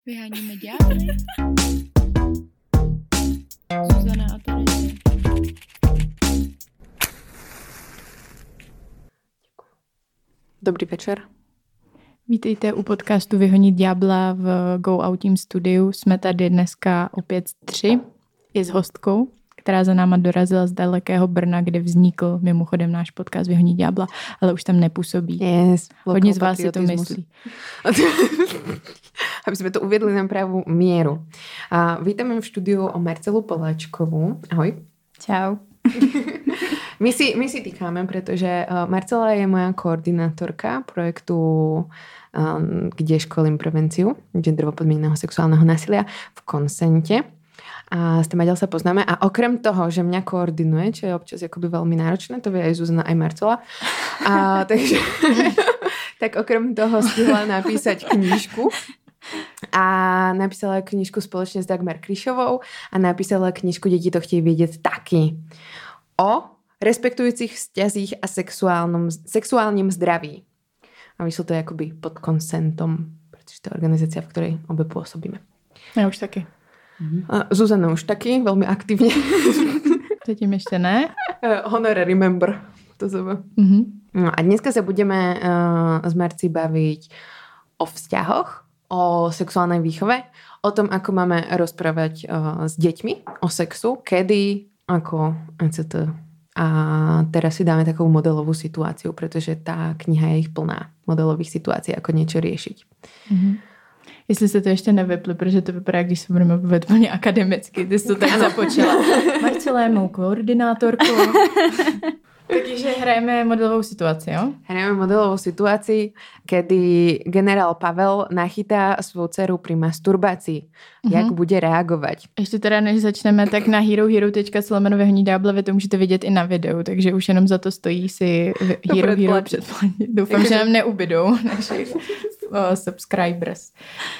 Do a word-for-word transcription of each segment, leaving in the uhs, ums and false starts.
Vyháníme ďábly. Zuzana a Terezie. Dobrý večer. Vítejte u podcastu Vyhonit ďábla v Go Out Team studiu. Jsme tady dneska opět tři i s hostkou, která za náma dorazila z dalekého Brna, kde vznikl mimochodem náš podcast Vyhonit ďábla, ale už tam nepůsobí. Yes, hodně z vás si to myslí. Aby sme to uviedli na pravú mieru. A vítame v štúdiu o Marcelu Poláčkovú. Ahoj. Čau. my, si, my si týkáme, pretože Marcela je moja koordinátorka projektu, kde školím prevenciu genderovo podmieneného sexuálneho násilia v Konsente. A s tým ďalej sa poznáme. A okrem toho, že mňa koordinuje, čo je občas akoby veľmi náročné, to vie aj Zuzana, aj Marcela. A, takže, tak okrem toho stihla napísať knižku. A napísala knižku spoločne s Dagmar Kryšovou a napísala knižku Deti to chtějí vědět taky. O respektujúcich vzťazích a sexuálnom, sexuálnym zdraví. A vyšlo to akoby pod konsentom, pretože to je organizácia, v ktorej obe pôsobíme. Ja už taky. A Zuzana už taky, veľmi aktívne. Zatím ešte ne. Honorary member. To zaujíma. Mm-hmm. No a dneska sa budeme uh, s Marci baviť o vzťahoch, o sexuálnej výchove, o tom, ako máme rozprávať uh, s deťmi o sexu, kedy, ako, et cetera. A teraz si dáme takovou modelovú situáciu, pretože tá kniha je ich plná modelových situácií, ako niečo riešiť. Mm-hmm. Jestli se to ještě nevypli, protože to vypadá, když se budeme bavit plně akademicky. Ty jsi to tak započala. Marcela je mou koordinátorkou. Takže hrajeme modelovou situaci, jo? Hrajeme modelovou situaci, kedy generál Pavel nachytá svou dceru pri masturbácii. Mm-hmm. Jak bude reagovat? Ještě teda, než začneme, tak na herohero tečka co lomeno Vyhonit ďábla vy to můžete vidět i na videu, takže už jenom za to stojí si Hero Hero předplatit. Doufám, že nám neubydou naši uh, subscribers.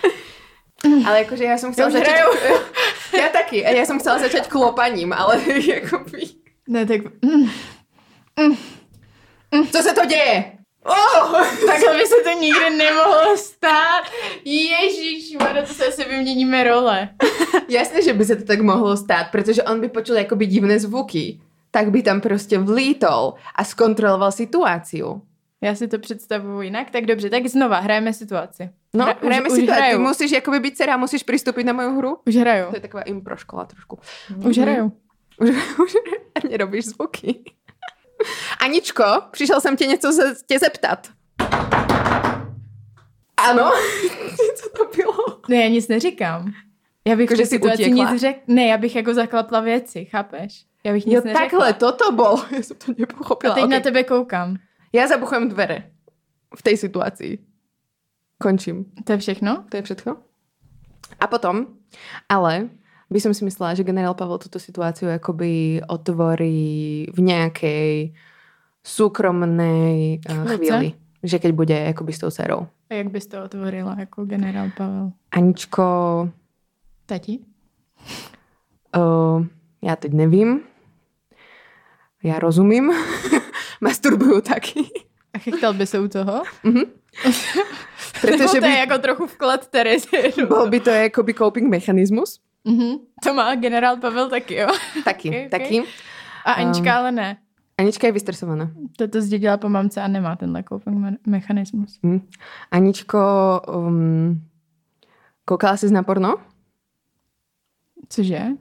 Ale jakože já jsem chcela začať... Já taky. A já jsem chcela začať klopaním, ale jakoby... Ne, tak... Mm. Mm. Mm. Co se to děje? Oh! Takhle by se to nikdy nemohlo stát. Ježišmarja, to se asi vyměníme role. Jasně, že by se to tak mohlo stát, protože on by počul jakoby divné zvuky. Tak by tam prostě vlítol a zkontroloval situáciu. Já si to představuji jinak. Tak dobře, tak znova hrajeme situaci. No, Hra, hrajeme už, situaci. Už Ty musíš jakoby být dcera, musíš přistupit na moju hru. Už hraju. To je taková impro škola trošku. Už hraju. Už, už a nerobíš zvuky. Aničko, přišel jsem tě něco ze, tě zeptat. Ano? Co to bylo? Ne, já nic neříkám. Já bych jako, v situaci nic řekl. Ne, já bych jako zaklapla věci, chápeš? Já bych nic jo, neřekla. takhle, toto bol. Já jsem to nepochopila. A teď okay. na tebe koukám. Já zabuchujem dvere v té situaci. Končím. To je všechno? To je všetko. A potom, ale by som si myslela, že generál Pavel túto situáciu akoby otvorí v nejakej súkromnej uh, chvíli. Že keď bude akoby s tou dcerou. A jak bys to otvorila jako generál Pavel? Aničko... Tati? Uh, já teď nevím. Já rozumím. Masturbuju taky. A chytal by se u toho? Mhm. Protože to by... je jako trochu vklad Terezie. Bol by to jakoby coping mechanismus. Mm-hmm. To má generál Pavel taky, jo? Taky, okay, taky. Okay. A Anička um, ale ne. Anička je vystresovaná. To to zdědila po mamce a nemá tenhle coping me- mechanismus. Hmm. Aničko, um, koukala jsi na porno? Cože?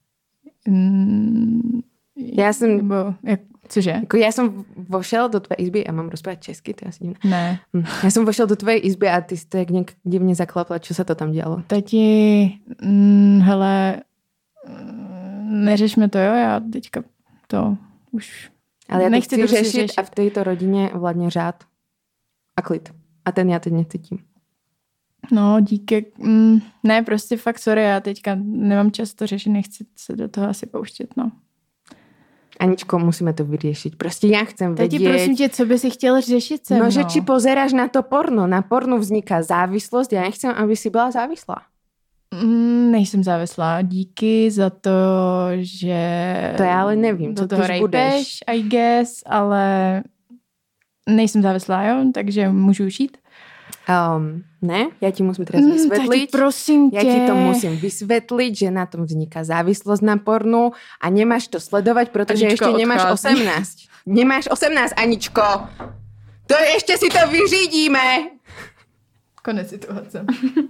Mm, já jsem... Nebo, jak, cože? Jako já jsem vošel do tvé izby, a mám rozprávat česky, to je asi divné. Ne. Hm. Já jsem vošel do tvé izby a ty jsi to jak nějak divně zaklapla, co se to tam dělalo? Tati, mm, hele, neřešme to, jo, já teďka to už... Ale já to nechci chci to řešit, řešit a v této rodině vládne řád a klid. A ten já teď necítím. No, díky. Mm, ne, prostě fakt sorry, já teďka nemám čas to řešit, nechci se do toho asi pouštět, no. Aničko, musíme to vyřešit. Prostě já chcem Tati, vědět... prosím tě, co by si chtěl řešit se mnou? No, že či pozeráš na to porno. Na pornu vzniká závislost. Já nechcem, aby si byla závislá. Mm, nejsem závislá. Díky za to, že... To já ale nevím, co do toho ty budeš. I guess, ale nejsem závislá, jo? Takže můžu už jít. Um, ne, ja ti musím teraz vysvetliť. Mm, prosím tě. Ja ti to musím vysvetliť, že na tom vzniká závislosť na pornu a nemáš to sledovať, protože Aničko, ešte odchází. Nemáš osemnásť. Nemáš osemnásť, Aničko. To ešte si to vyřídíme. Konec situace.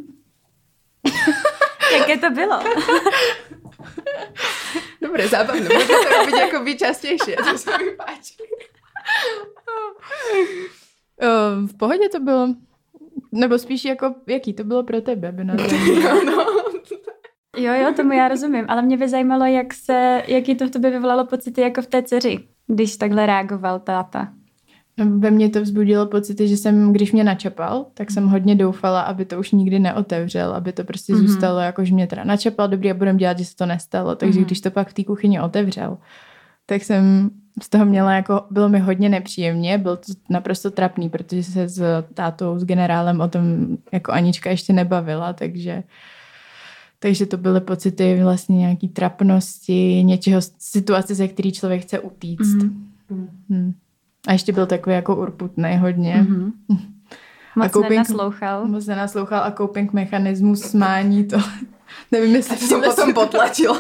Jaké to bylo? Dobre, zábavné. Môžeme to robiť akoby častejšie. To sa mi páči. V pohodě to bylo. Nebo spíš jako, jaký to bylo pro tebe? By no. Jo, jo, tomu já rozumím, ale mě by zajímalo, jak se, jaký to v tobě vyvolalo pocity jako v té dceři, když takhle reagoval táta. Ve mně to vzbudilo pocity, že jsem, když mě načapal, tak jsem hodně doufala, aby to už nikdy neotevřel, aby to prostě mm-hmm. zůstalo, jako že mě teda načapal, dobrý, a budem dělat, že se to nestalo. Takže mm-hmm. když to pak v té kuchyni otevřel, tak jsem z toho měla jako, bylo mi hodně nepříjemně, bylo to naprosto trapný, protože se s tátou, s generálem o tom jako Anička ještě nebavila, takže takže to byly pocity vlastně nějaký trapnosti, něčeho, situace, ze který člověk chce utíct. Mm-hmm. Hmm. A ještě byl takový jako urputný hodně. Mm-hmm. Moc a coping, nenaslouchal. Moc nenaslouchal a coping mechanismus smání to. Nevím, jestli to jsem potom potlačila.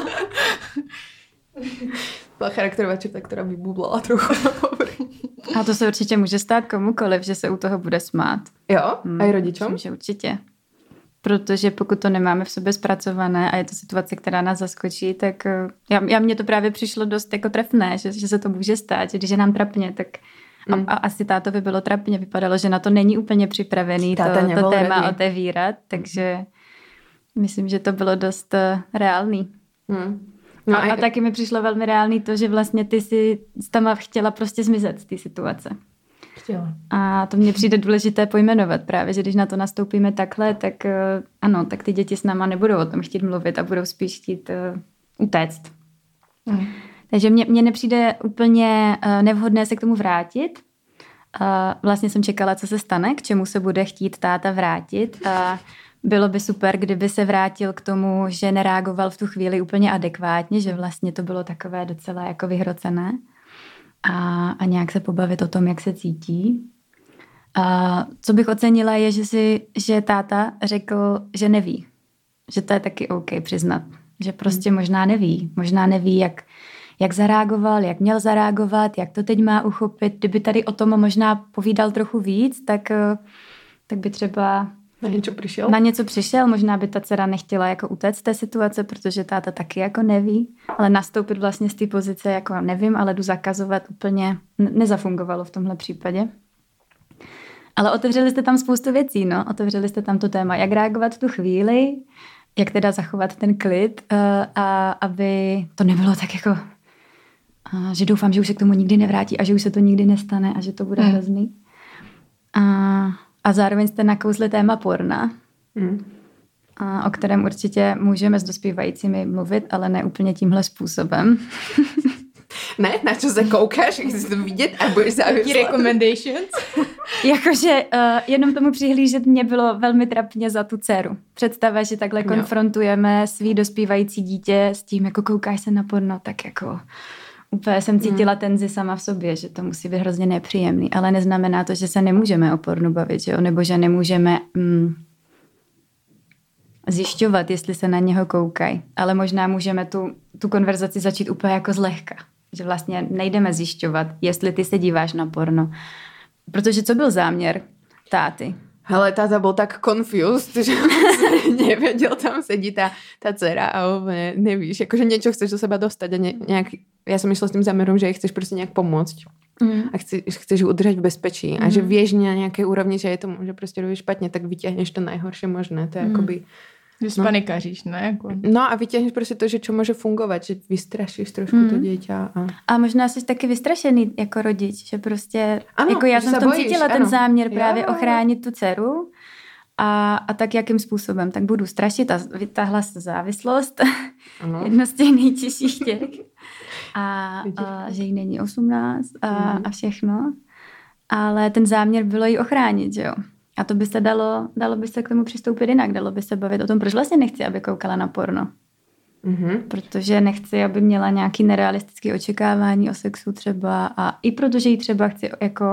Byla charakterová čerta, která by bublala trochu na povrch. A to se určitě může stát komukoliv, že se u toho bude smát. Jo? Hmm. A i rodičům? Myslím, že určitě. Protože pokud to nemáme v sobě zpracované a je to situace, která nás zaskočí, tak já, já mně to právě přišlo dost jako trefné, že, že se to může stát, že když je nám trapně, tak a, mm. a asi tátovi bylo trapně, vypadalo, že na to není úplně připravený to, to téma ready. Otevírat, takže myslím, že to bylo dost reálný. Mm. No a, a taky mi přišlo velmi reálný to, že vlastně ty si tam chtěla prostě zmizet z té situace. Chtěla. A to mně přijde důležité pojmenovat právě, že když na to nastoupíme takhle, tak ano, tak ty děti s náma nebudou o tom chtít mluvit a budou spíš chtít uh, utéct. Mm. Takže mně, mně nepřijde úplně uh, nevhodné se k tomu vrátit. Uh, vlastně jsem čekala, co se stane, k čemu se bude chtít táta vrátit. Uh, bylo by super, kdyby se vrátil k tomu, že nereagoval v tu chvíli úplně adekvátně, že vlastně to bylo takové docela jako vyhrocené. A, a nějak se pobavit o tom, jak se cítí. A co bych ocenila je, že, si, že táta řekl, že neví. Že to je taky OK přiznat. Že prostě možná neví. Možná neví, jak, jak zareagoval, jak měl zareagovat, jak to teď má uchopit. Kdyby tady o tom možná povídal trochu víc, tak, tak by třeba na něco přišel. Na něco přišel, možná by ta dcera nechtěla jako utéct z té situace, protože táta taky jako neví, ale nastoupit vlastně z té pozice jako nevím, ale jdu zakazovat úplně nezafungovalo v tomhle případě. Ale otevřeli jste tam spoustu věcí, no. Otevřeli jste tam to téma, jak reagovat v tu chvíli, jak teda zachovat ten klid, a aby to nebylo tak jako, že doufám, že už se k tomu nikdy nevrátí a že už se to nikdy nestane a že to bude hmm. hrozný. A A zároveň jste nakousli téma porna, mm. a, o kterém určitě můžeme s dospívajícími mluvit, ale ne úplně tímhle způsobem. Ne? Na čo se koukáš, jak jsi to vidět a budeš závislá? Recommendations? Jakože uh, jenom tomu přihlížet mě bylo velmi trapně za tu dceru. Představa, že takhle no. konfrontujeme svý dospívající dítě s tím, jako koukáš se na porno, tak jako... Úplně jsem cítila tenzi sama v sobě, že to musí být hrozně nepříjemný, ale neznamená to, že se nemůžeme o pornu bavit, že jo? Nebo že nemůžeme mm, zjišťovat, jestli se na něho koukají. Ale možná můžeme tu, tu konverzaci začít úplně jako zlehka. Že vlastně nejdeme zjišťovat, jestli ty se díváš na porno. Protože co byl záměr táty? Ale táta bol tak confused, že nevedel, tam sedí tá, tá dcera a úplne nevíš, akože niečo chceš do seba dostať a ne, nejak, ja som išla s tým zámerom, že jej chceš proste nejak pomôcť mm. a chceš, chceš ju udržať v bezpečí mm. a že vieš na nejakej úrovni, že je to môže proste robiť špatne, tak vyťahneš to najhoršie možné, to je mm. akoby... Že spanikaříš, ne? Jako... No a vyťahneš prostě to, že čo může fungovat, že vystrašíš trošku mm. to dieťa. A... a možná jsi taky vystrašený jako rodič, že prostě, ano, jako já jsem v tom bojíš, cítila ano. ten záměr právě jo. ochránit tu dceru a, a tak jakým způsobem, tak budu strašit a vytáhla se závislost, jedno z těch nejtěžších těch a, a že jí není osmnáct a, mm. a všechno, ale ten záměr bylo jí ochránit, že jo. A to by se dalo, dalo by se k tomu přistoupit jinak, dalo by se bavit o tom, proč vlastně nechci, aby koukala na porno. Mm-hmm. Protože nechci, aby měla nějaký nerealistické očekávání o sexu třeba a i protože jí třeba chci jako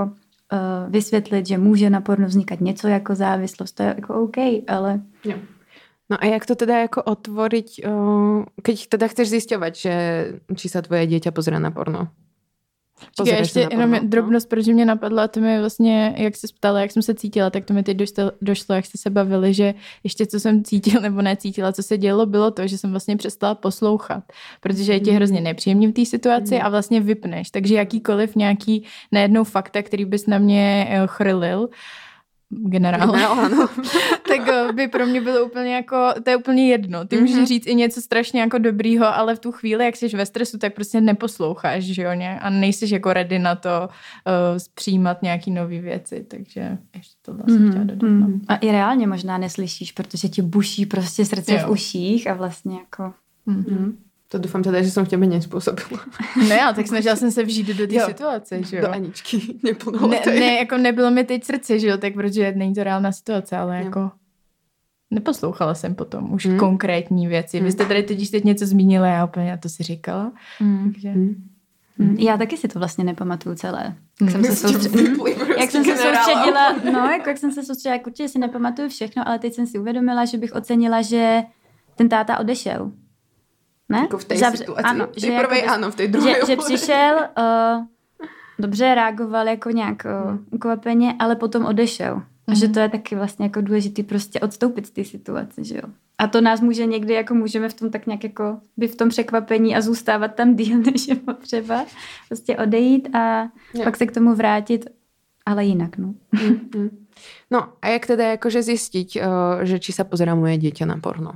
uh, vysvětlit, že může na pornu vznikat něco jako závislost, to je jako OK, ale... Jo. No a jak to teda jako otvoriť, uh, keď teda chceš zisťovať, že či sa tvoje dieťa pozrie na porno? Čekaj, ještě jenom no? drobnost, protože mě napadlo a to mi vlastně, jak jsi ptala, jak jsem se cítila, tak to mi teď došlo, došlo, jak jste se bavili, že ještě co jsem cítila nebo necítila, co se dělo, bylo to, že jsem vlastně přestala poslouchat, protože je ti hrozně nepříjemný v té situaci mm. a vlastně vypneš, takže jakýkoliv nějaký najednou fakta, který bys na mě chrlil, generál, ano. tak by pro mě bylo úplně jako, to je úplně jedno. Ty mm-hmm. můžeš říct i něco strašně jako dobrýho, ale v tu chvíli, jak jsi ve stresu, tak prostě neposloucháš, že jo, ně? A nejsiš jako ready na to uh, přijímat nějaký nový věci, takže ještě to vlastně mm-hmm. chtěla dodat. No. A i reálně možná neslyšíš, protože ti buší prostě srdce jo. v uších a vlastně jako... Mm-hmm. To doufám teda, že jsem v těmi nespůsobila. Ne, ale tak snažila jsem se vžít do té situace, že jo. Do Aničky, neplnalo ne, ne, jako nebylo mi teď srdce, že jo, tak protože není to reálná situace, ale jo. jako neposlouchala jsem potom už hmm. konkrétní věci. Hmm. Vy jste tady teď, teď něco zmínila, já úplně to si říkala. Hmm. Takže... Hmm. Hmm. Já taky si to vlastně nepamatuju celé. Jak jsem se, soustředila, jak jsem se soustředila, no, jako jak jsem se soustředila, jak určitě si nepamatuju všechno, ale teď jsem si uvědomila, že bych ocenila, že ten táta odešel. Ne? Jako v té Zavře- situaci. Ano, v té prvej jako, ano, v té druhé. Že, že přišel, uh, dobře reagoval jako nějak uh, ukvapeně, ale potom odešel. Mm. A že to je taky vlastně jako důležitý prostě odstoupit z té situace, že jo. A to nás může někdy, jako můžeme v tom tak nějak jako být v tom překvapení a zůstávat tam díl, než je potřeba. Prostě odejít a jo. pak se k tomu vrátit, ale jinak, no. Mm-hmm. No a jak teda jakože zjistit, uh, že či se pozerá moje dítě na porno?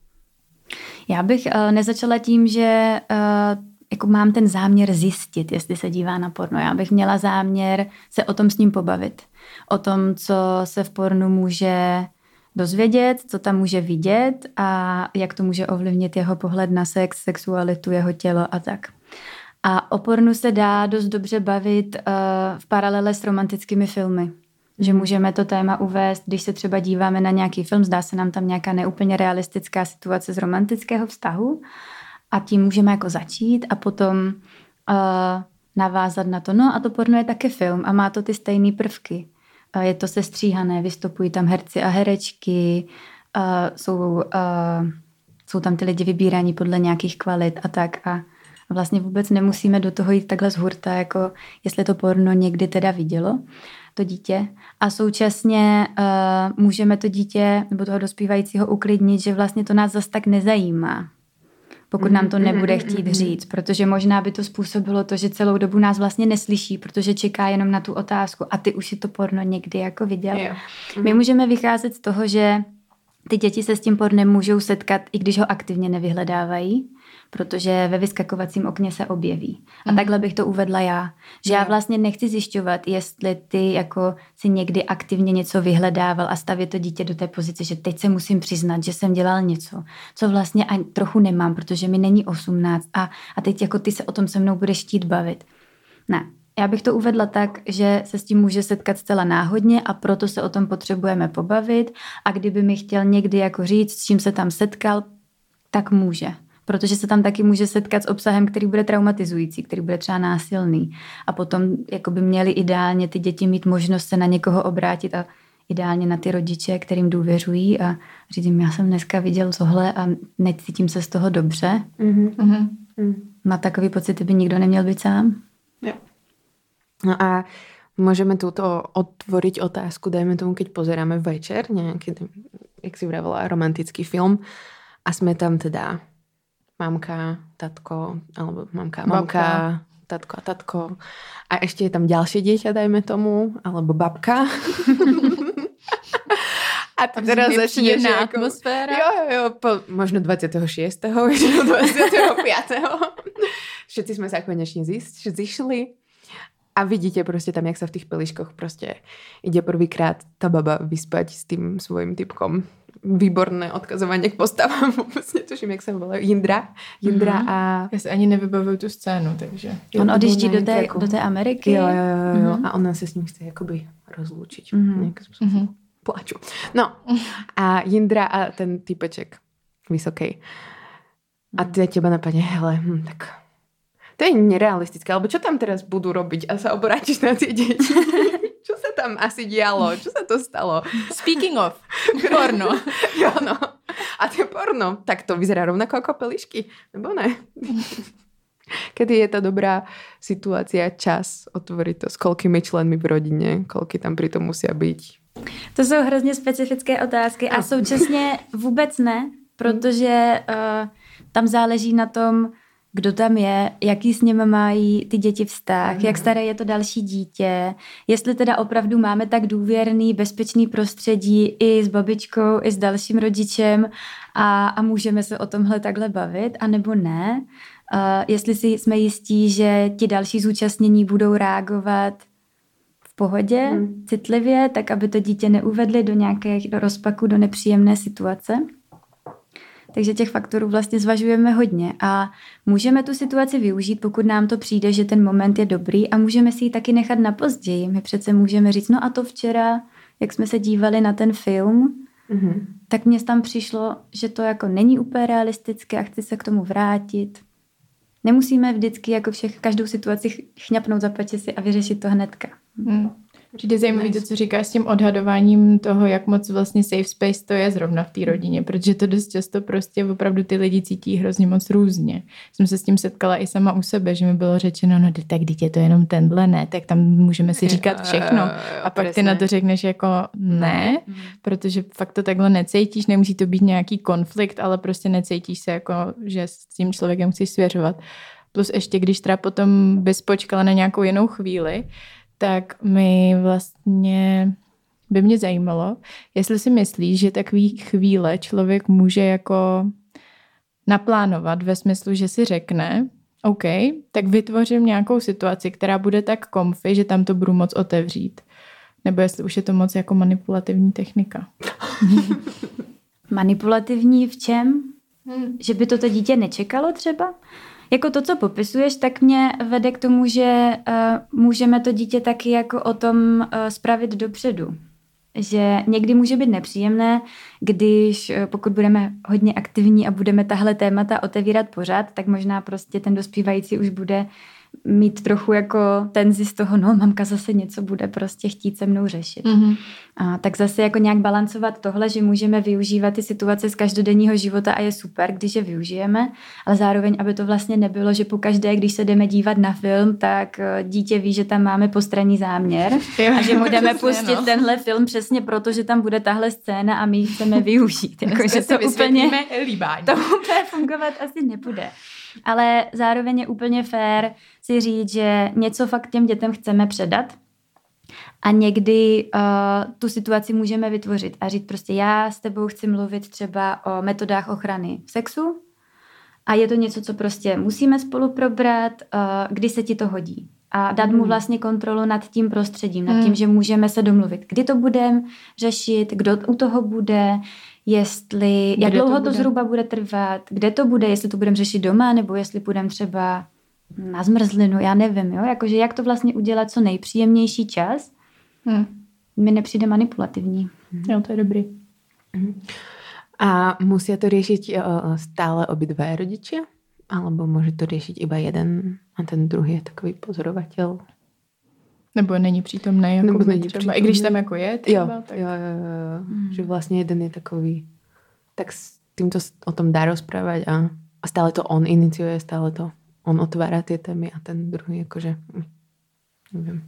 Já bych uh, nezačala tím, že uh, jako mám ten záměr zjistit, jestli se dívá na porno. Já bych měla záměr se o tom s ním pobavit. O tom, co se v pornu může dozvědět, co tam může vidět a jak to může ovlivnit jeho pohled na sex, sexualitu, jeho tělo a tak. A o pornu se dá dost dobře bavit uh, v paralele s romantickými filmy. Že můžeme to téma uvést, když se třeba díváme na nějaký film, zdá se nám tam nějaká neúplně realistická situace z romantického vztahu a tím můžeme jako začít a potom uh, navázat na to. No a to porno je taky film a má to ty stejné prvky. Uh, je to sestříhané, vystupují tam herci a herečky, uh, jsou, uh, jsou tam ty lidi vybíraní podle nějakých kvalit a tak a vlastně vůbec nemusíme do toho jít takhle z hurta, jako jestli to porno někdy teda vidělo, to dítě. A současně uh, můžeme to dítě nebo toho dospívajícího uklidnit, že vlastně to nás zas tak nezajímá, pokud nám to nebude chtít říct, protože možná by to způsobilo to, že celou dobu nás vlastně neslyší, protože čeká jenom na tu otázku a ty už si to porno někdy jako viděl. Yeah. My můžeme vycházet z toho, že ty děti se s tím pornem můžou setkat, i když ho aktivně nevyhledávají, protože ve vyskakovacím okně se objeví. A mm. takhle bych to uvedla já. Že yeah. já vlastně nechci zjišťovat, jestli ty jako si někdy aktivně něco vyhledával a stavět to dítě do té pozice, že teď se musím přiznat, že jsem dělal něco, co vlastně ani trochu nemám, protože mi není osmnáct a, a teď jako ty se o tom se mnou budeš chtít bavit. Ne. Já bych to uvedla tak, že se s tím může setkat zcela náhodně a proto se o tom potřebujeme pobavit a kdyby mi chtěl někdy jako říct, s čím se tam setkal, tak může. Protože se tam taky může setkat s obsahem, který bude traumatizující, který bude třeba násilný. A potom jako by měli ideálně ty děti mít možnost se na někoho obrátit a ideálně na ty rodiče, kterým důvěřují a říct jim, já jsem dneska viděl tohle a necítím se z toho dobře. Mm-hmm. Má takový pocit, by nikdo neměl být sám. Jo. No a môžeme túto otvoriť otázku, dajme tomu, keď pozeráme večer, nejaký, jak si vravela, romantický film a sme tam teda mamka, tatko, alebo mamka, mamka, tatko a tatko a ešte je tam ďalšie dieťa, dajme tomu, alebo babka. A ty teda začneš jako... atmosféra. Jo, jo, jo, po, možno dvadsiateho šiesteho možno dvadsiateho piateho Všetci sme sa konečne zišli. A vidíte prostě tam, jak sa v tých peliškoch prostě ide prvýkrát ta baba vyspať s tým svojím typkom. Výborné odkazovanie k postavám. Vůbec netuším, jak se volá. Jindra. Jindra mm-hmm. a... Já si ani nevybavuju tu scénu, takže... On odjíždí do té, do té Ameriky. Jo, jo, jo, jo. Mm-hmm. A ona se s ním chce jakoby rozlúčiť. Mm-hmm. Mm-hmm. Plaču. No. A Jindra a ten typeček vysoký. A ty teba napadne, hele, hm, tak... To je nerealistické. Alebo čo tam teraz budú robiť? A sa obrátiš na tie deti. Čo sa tam asi dialo? Čo sa to stalo? Speaking of, porno. Jo, no. A to je porno. Tak to vyzerá rovnako ako pelišky. Nebo ne? Kedy je tá dobrá situácia, čas otvoriť to? S koľkými členmi v rodine? Koľky tam pritom musia byť? To jsou hrozně specifické otázky a současně vůbec ne, protože uh, tam záleží na tom, kdo tam je, jaký s ním mají ty děti vztah, jak staré je to další dítě, jestli teda opravdu máme tak důvěrný, bezpečný prostředí i s babičkou, i s dalším rodičem a, a můžeme se o tomhle takhle bavit, anebo ne. Uh, jestli si jsme jistí, že ti další zúčastnění budou reagovat v pohodě, hmm. citlivě, tak aby to dítě neuvedli do nějakých do rozpaku, do nepříjemné situace. Takže těch faktorů vlastně zvažujeme hodně a můžeme tu situaci využít, pokud nám to přijde, že ten moment je dobrý a můžeme si ji taky nechat na později. My přece můžeme říct, no a to včera, jak jsme se dívali na ten film, mm-hmm. tak mně tam přišlo, že to jako není úplně realistické a chci se k tomu vrátit. Nemusíme vždycky jako všech, každou situaci chňapnout za pačesy a vyřešit to hnedka. Hmm. Přijde zajímavý to, co říkáš s tím odhadováním toho, jak moc vlastně safe space to je zrovna v té rodině, protože to dost často prostě opravdu ty lidi cítí hrozně moc různě. Jsem se s tím setkala i sama u sebe, že mi bylo řečeno, no tak dítě to je jenom tenhle, ne, tak tam můžeme si říkat všechno. A pak ty na to řekneš jako ne, protože fakt to takhle necítíš, nemusí to být nějaký konflikt, ale prostě necítíš se jako, že s tím člověkem chceš svěřovat. Plus ještě, když teda potom bys počkala na nějakou jinou chvíli, tak mi vlastně by mě zajímalo, jestli si myslíš, že takový chvíle člověk může jako naplánovat ve smyslu, že si řekne, OK, tak vytvořím nějakou situaci, která bude tak comfy, že tam to budu moc otevřít. Nebo jestli už je to moc jako manipulativní technika. Manipulativní v čem? Hmm. Že by to to dítě nečekalo třeba? Jako to, co popisuješ, tak mě vede k tomu, že uh, můžeme to dítě taky jako o tom uh, spravit dopředu. Že někdy může být nepříjemné, když uh, pokud budeme hodně aktivní a budeme tahle témata otevírat pořád, tak možná prostě ten dospívající už bude mít trochu jako tenzi z toho, no mamka zase něco bude prostě chtít se mnou řešit. Mm-hmm. A tak zase jako nějak balancovat tohle, že můžeme využívat ty situace z každodenního života a je super, když je využijeme, ale zároveň, aby to vlastně nebylo, že pokaždé, když se jdeme dívat na film, tak dítě ví, že tam máme postranní záměr jo, a že mu jdeme pustit no. tenhle film přesně proto, že tam bude tahle scéna a my ji chceme využít. Jako, že to úplně, to úplně fungovat asi nebude. Ale zároveň je úplně fér si říct, že něco fakt těm dětem chceme předat a někdy uh, tu situaci můžeme vytvořit a říct prostě já s tebou chci mluvit třeba o metodách ochrany v sexu a je to něco, co prostě musíme spolu probrat, uh, kdy se ti to hodí. A dát mu vlastně kontrolu nad tím prostředím, nad tím, že můžeme se domluvit, kdy to budeme řešit, kdo u toho bude, jestli, jak dlouho to, to zhruba bude trvat, kde to bude, jestli to budeme řešit doma, nebo jestli půjdeme třeba na zmrzlinu, já nevím, jo, jakože jak to vlastně udělat co nejpříjemnější čas, hmm. mi nepřijde manipulativní. Hmm. Jo, to je dobrý. Hmm. A musí to řešit stále obidva rodiče? Alebo může to řešit iba jeden a ten druhý je takový pozorovatel? Nebo není přítomný, jako Nebo není třeba, přítomný. I když tam jako je třeba. Jo, tak... jo, jo, jo. Hmm. Že vlastně jeden je takový, tak s týmto o tom dá rozprávať a, a stále to on iniciuje, stále to on otvára ty témy a ten druhý jakože, nevím.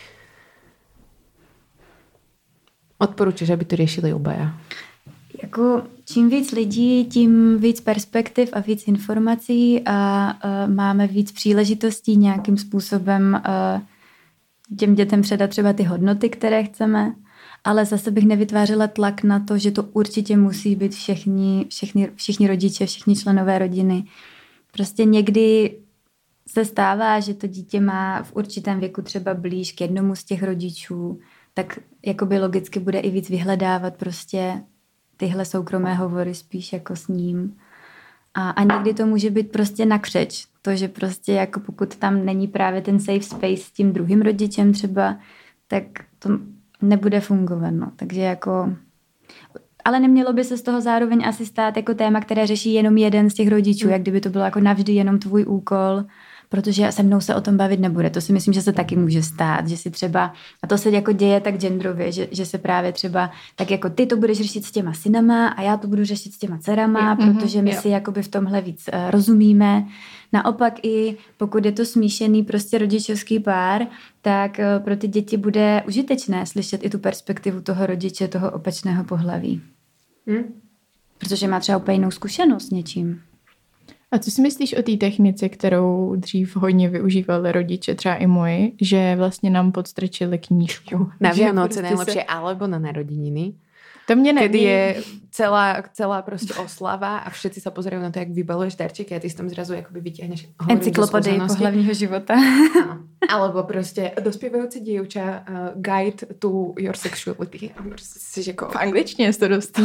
Odporučíš, aby to řešili obaja? Jako čím víc lidí, tím víc perspektiv a víc informací a uh, máme víc příležitostí nějakým způsobem uh, těm dětem předat třeba ty hodnoty, které chceme, ale zase bych nevytvářela tlak na to, že to určitě musí být všichni, všichni, všichni rodiče, všichni členové rodiny. Prostě někdy se stává, že to dítě má v určitém věku třeba blíž k jednomu z těch rodičů, tak jakoby logicky bude i víc vyhledávat prostě tyhle soukromé hovory spíš jako s ním. A, a někdy to může být prostě na křeč. To, že prostě jako pokud tam není právě ten safe space s tím druhým rodičem třeba, tak to nebude fungovat. No. Takže jako... Ale nemělo by se z toho zároveň asi stát jako téma, které řeší jenom jeden z těch rodičů, jak kdyby to bylo jako navždy jenom tvůj úkol protože se mnou se o tom bavit nebude. To si myslím, že se taky může stát, že si třeba, a to se jako děje tak genderově, že, že se právě třeba, tak jako ty to budeš řešit s těma synama a já to budu řešit s těma dcerama, mm-hmm, protože my jo. si jakoby v tomhle víc uh, rozumíme. Naopak i pokud je to smíšený prostě rodičovský pár, tak uh, pro ty děti bude užitečné slyšet i tu perspektivu toho rodiče, toho opačného pohlaví. Mm. Protože má třeba úplně jinou zkušenost s něčím. A co si myslíš o té technice, kterou dřív hodně využívali rodiče, třeba i moji, že vlastně nám podstrčili knížku? Na Vianoce najlepšie, se... alebo na narodeniny. To mě neví. Kedy je celá, celá prostě oslava a všetci sa pozerajú na to, jak vybaluješ darčeky a ty si tam zrazu jakoby vytiahneš encyklopedii pohlavního života. Ano. Alebo prostě dospívajúce dievča, uh, guide to your sexuality. A prostě si jako... V angličtině jsi to dostal.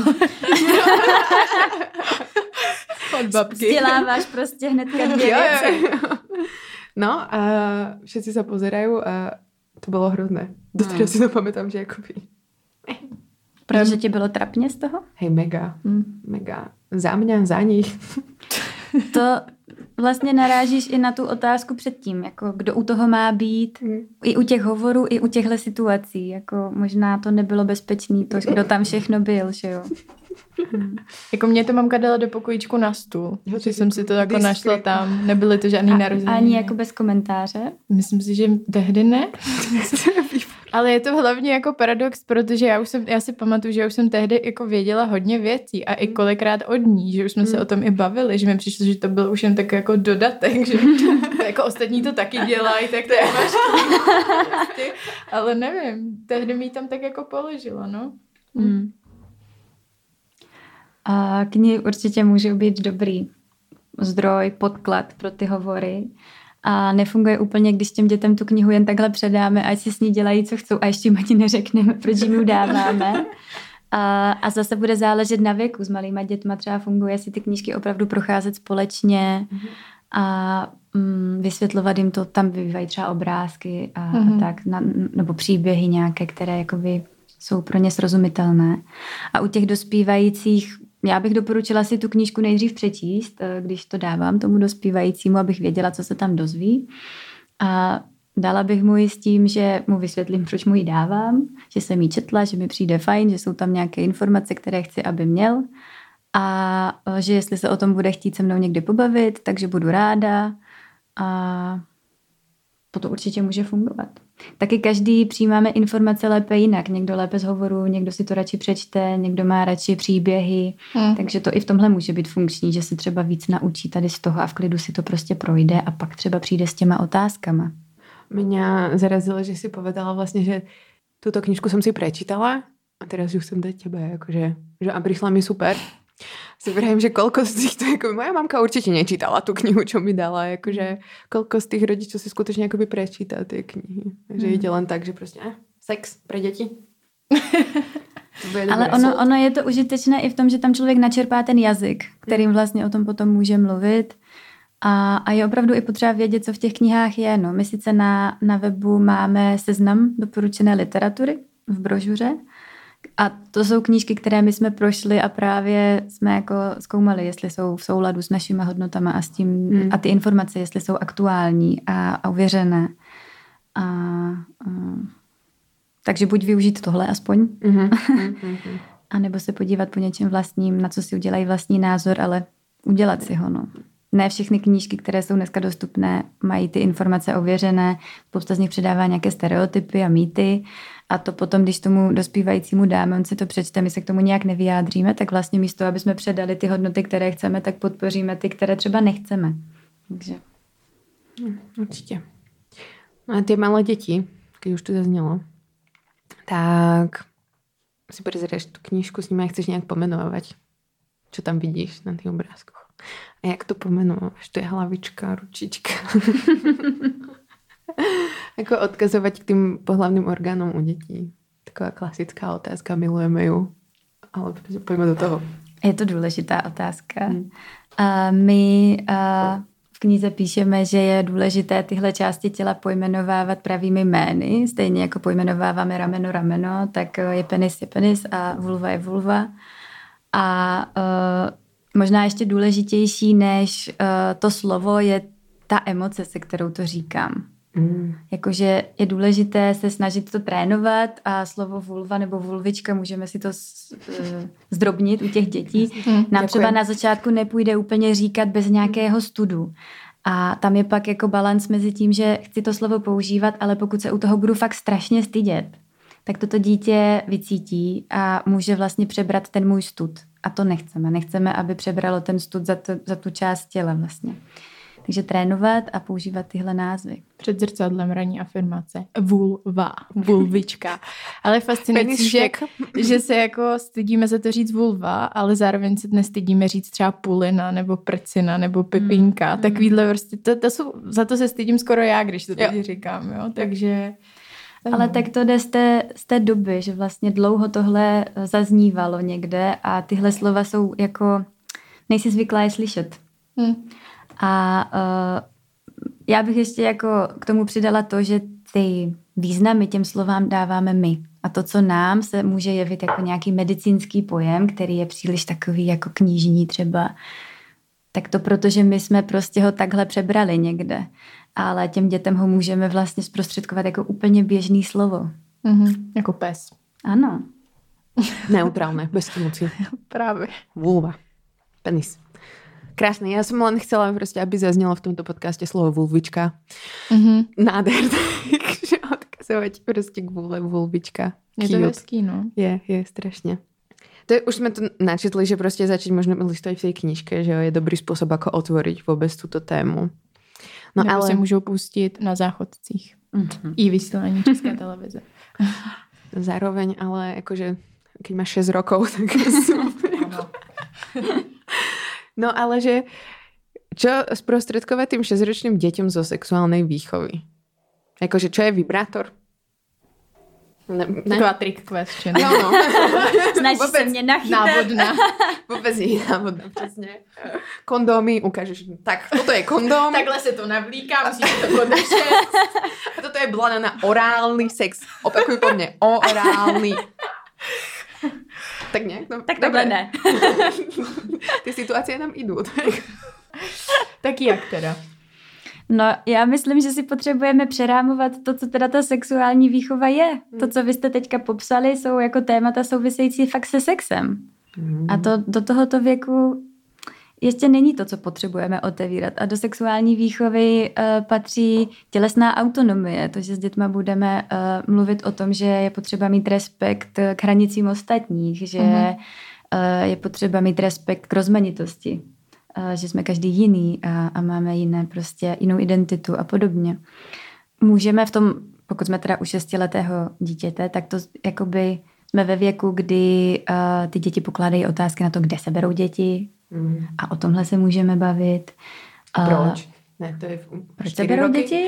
Od babky. Vzděláváš prostě hnedka dvě věci. No a všetci sa pozerajú a to bylo hrozné. Doteď hmm. si to pamätám, že jakoby... Protože ti bylo trapně z toho? Hej, mega. Hmm. Mega. Za mě, za nich. To vlastně narážíš i na tu otázku předtím, jako kdo u toho má být, hmm. i u těch hovorů, i u těchto situací. Jako možná to nebylo bezpečný, to, kdo tam všechno byl, že jo. Hmm. Jako mě to mamka dala do pokojíčku na stůl, jo, že jsem si to jako našla tam, nebyly to žádný narozeniny. Ani jako bez komentáře? Myslím si, že tehdy ne. Ale je to hlavně jako paradox, protože já už jsem, já si pamatuju, že já už jsem tehdy jako věděla hodně věcí a i kolikrát od ní, že už jsme se o tom i bavili, že mi přišlo, že to byl už jen tak jako dodatek, že jako ostatní to taky dělají, tak to je máš. Ale nevím, tehdy mi tam tak jako položila, no. Hmm. A knihy určitě můžou být dobrý zdroj, podklad pro ty hovory. A nefunguje úplně, když těm dětem tu knihu jen takhle předáme, ať si s ní dělají, co chcou a ještě jim ani neřekneme, proč jim ji dáváme. A, a zase bude záležet na věku. S malýma dětma třeba funguje si ty knížky opravdu procházet společně a mm, vysvětlovat jim to. Tam bývají třeba obrázky a, mm-hmm. a tak, na, nebo příběhy nějaké, které jakoby jsou pro ně srozumitelné. A u těch dospívajících já bych doporučila si tu knížku nejdřív přečíst, když to dávám tomu dospívajícímu, abych věděla, co se tam dozví. A dala bych mu ji s tím, že mu vysvětlím, proč mu ji dávám, že jsem ji četla, že mi přijde fajn, že jsou tam nějaké informace, které chci, aby měl a že jestli se o tom bude chtít se mnou někdy pobavit, takže budu ráda a to určitě může fungovat. Taky každý přijímáme informace lépe jinak. Někdo lépe z hovoru, někdo si to radši přečte, někdo má radši příběhy. Hmm. Takže to i v tomhle může být funkční, že se třeba víc naučí tady z toho a v klidu si to prostě projde a pak třeba přijde s těma otázkama. Mě zarazilo, že si povedala vlastně, že tuto knižku jsem si prečítala a teraz ju chcem dať tebe. Jakože, že a přišla mi super. Si vrajím, že koľko z týchto, jako moja mamka určite nečítala tú knihu, čo mi dala, jakože koľko z tých rodičov si skutočne akoby prečíta tie knihy. Že mm. ide len tak, že prostě eh, sex pre deti. Ale ono, ono je to užitečné i v tom, že tam člověk načerpá ten jazyk, kterým vlastně o tom potom může mluvit. A, a je opravdu i potřeba vědět, co v těch knihách je. No, my sice na, na webu máme seznam doporučené literatury v brožuře, a to jsou knížky, které my jsme prošli a právě jsme jako zkoumali, jestli jsou v souladu s našimi hodnotama a s tím hmm. a ty informace, jestli jsou aktuální a, a uvěřené. A, a, takže buď využít tohle aspoň, mm-hmm. a nebo se podívat po něčem vlastním, na co si udělají vlastní názor, ale udělat si ho, no. Ne všechny knížky, které jsou dneska dostupné, mají ty informace ověřené. Spousta z nich předává nějaké stereotypy a mýty. A to potom, když tomu dospívajícímu dáme, on si to přečte, my se k tomu nějak nevyjádříme, tak vlastně místo, aby jsme předali ty hodnoty, které chceme, tak podpoříme ty, které třeba nechceme. Takže. Hmm, určitě. No a ty malé děti, když už to zaznělo, tak si prezrieš tu knížku s nimi a chceš nějak pomenovat, čo tam vidíš na těch obrázkoch. A jak to pomenuješ? To je hlavička, ručička. Ako odkazovať k tým pohlavným orgánom u detí. Taková klasická otázka, milujeme ju. Ale pojďme do toho. Je to důležitá otázka. Hmm. A my a v knize píšeme, že je důležité tyhle části těla pojmenovávat pravými jmény. Stejně jako pojmenováváme rameno, rameno, tak je penis, je penis a vulva je vulva. A uh, možná ještě důležitější než uh, to slovo je ta emoce, se kterou to říkám. Mm. Jakože je důležité se snažit to trénovat a slovo vulva nebo vulvička, můžeme si to zdrobnit u těch dětí. Hmm, Nám děkuji. třeba na začátku nepůjde úplně říkat bez nějakého studu. A tam je pak jako balans mezi tím, že chci to slovo používat, ale pokud se u toho budu fakt strašně stydět, tak toto dítě vycítí a může vlastně přebrat ten můj stud. A to nechceme. Nechceme, aby přebralo ten stud za, to, za tu část těla vlastně. Takže trénovat a používat tyhle názvy. Před zrcadlem ranní afirmace. Vulva, vulvička. Ale fascinující, že, že se jako stydíme za to říct vulva, ale zároveň se nestydíme říct třeba pulina, nebo prcina, nebo pepínka. Mm. Takovýhle prostě, to, to jsou, za to se stydím skoro já, když to teď říkám. Jo? Takže... Ale tak to jde z té, z té doby, že vlastně dlouho tohle zaznívalo někde a tyhle slova jsou jako, nejsi zvyklá je slyšet. Hmm. A uh, já bych ještě jako k tomu přidala to, že ty významy těm slovám dáváme my. A to, co nám se může jevit jako nějaký medicínský pojem, který je příliš takový jako knižní třeba, tak to protože my jsme prostě ho takhle přebrali někde. Ale těm dětem ho můžeme vlastně zprostředkovat jako úplně běžný slovo. Mm-hmm. Jako pes. Ano. Neutrálne, bez emocí. Právě. Vulva. Penis. Krásne. Ja som len chcela proste, aby zaznelo v tomto podcaste slovo vulvička. Mm-hmm. Nádherné. Takže odkazovať proste k vůle vulvička. Je to hezký, no. Je, je strašne. To je, už sme to načetli, že proste začať možno listovať v tej knižke, že je dobrý spôsob, ako otvoriť vôbec túto tému. No, nebo ale... se můžou pustit na záchodcích. Mm-hmm. I vysílání České televize. Zároveň, ale akože, keď máš šesť rokov, tak som... No ale že čo sprostredkovať tým šesťročným deťom zo sexuálnej výchovy? Akože čo je vibrátor? Ne, ne? Taková trick question. No, no. Snažíš se mě nachytat. Návodná. Vůbec nie návodná, přesně. Kondómy ukážeš. Tak, toto je kondóm. Takhle se to navlíká, musíš to podržet. A toto je blana na orálny sex. Opakuj po mne. Orálny. Tak nějak? No, tak takhle ne. Ty situace nám jdou. Tak. Tak jak teda? No, já myslím, že si potřebujeme přerámovat to, co teda ta sexuální výchova je. To, co vy jste teďka popsali, jsou jako témata související fakt se sexem. Mm. A to do tohoto věku ještě není to, co potřebujeme otevírat. A do sexuální výchovy uh, patří tělesná autonomie. To, že s dětma budeme uh, mluvit o tom, že je potřeba mít respekt k hranicím ostatních, že mm. uh, je potřeba mít respekt k rozmanitosti. Že jsme každý jiný a, a máme jiné prostě jinou identitu a podobně. Můžeme v tom, pokud jsme teda u šestiletého dítěte, tak to jakoby jsme ve věku, kdy uh, ty děti pokládají otázky na to, kde se berou děti mm. a o tomhle se můžeme bavit. Uh, Proč? Ne, to je proč se berou roky? Děti?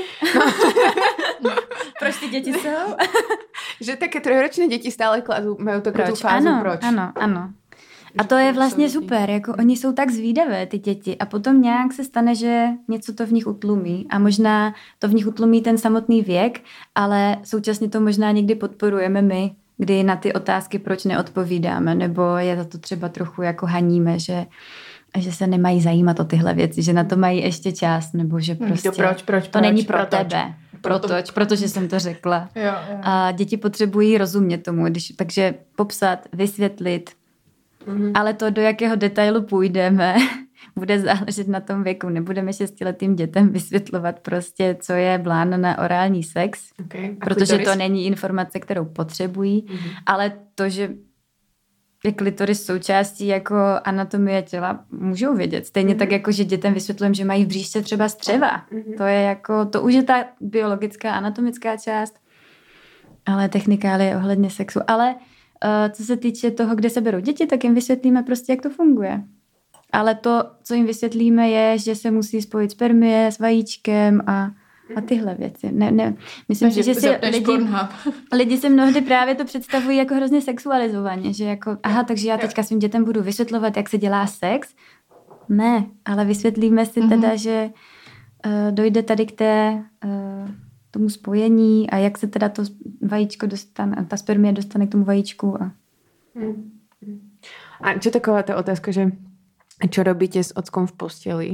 Proč ty děti jsou? Že také trojročné děti stále kladou, mají takovou proč? fázu Ano, proč. ano, ano. A to je vlastně super, jako oni jsou tak zvídavé, ty děti, a potom nějak se stane, že něco to v nich utlumí a možná to v nich utlumí ten samotný věk, ale současně to možná někdy podporujeme my, kdy na ty otázky proč neodpovídáme, nebo je za to třeba trochu jako haníme, že, že se nemají zajímat o tyhle věci, že na to mají ještě čas, nebo že prostě to, proč, proč, to proč, není pro protoč. tebe. Protoč, protože jsem to řekla. Jo, jo. A děti potřebují rozumět tomu, když, takže popsat, vysvětlit, mm-hmm. ale to, do jakého detailu půjdeme, bude záležet na tom věku. Nebudeme šestiletým dětem vysvětlovat prostě, co je bláno na orální sex, okay. protože to není informace, kterou potřebují, mm-hmm. ale to, že je klitoris součástí jako anatomie těla, můžou vědět. Stejně mm-hmm. tak, jako že dětem vysvětlujeme, že mají v bříšce třeba střeva. Mm-hmm. To je jako, to už je ta biologická, anatomická část, ale technikálie ohledně sexu. Ale uh, co se týče toho, kde se berou děti, tak jim vysvětlíme prostě, jak to funguje. Ale to, co jim vysvětlíme, je, že se musí spojit spermie s vajíčkem a, a tyhle věci. Ne, ne. Myslím si, že si lidi, lidi si mnohdy právě to představují jako hrozně sexualizovaně, že jako, aha, takže já teďka svým dětem budu vysvětlovat, jak se dělá sex. Ne, ale vysvětlíme si mm-hmm. teda, že uh, dojde tady k té, uh, tomu spojení a jak se teda to vajíčko dostane, ta spermie dostane k tomu vajíčku. A, a čo taková ta otázka, že čo robíte s ockom v posteli?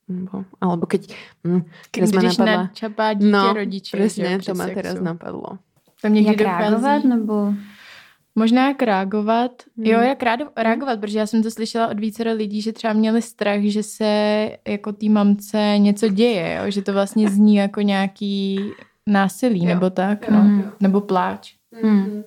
Nebo, alebo keď... Hm, když napadla, načapá dítě no, rodiče. Presne, to ma teraz napadlo. Tam jak dochází... reagovat, nebo... Možná jak reagovat. Hmm. Jo, jak reagovat, protože já jsem to slyšela od více lidí, že třeba měli strach, že se jako té mamce něco děje, jo? Že to vlastně zní jako nějaký násilí, jo. nebo tak, jo. No. Nebo pláč. Hmm.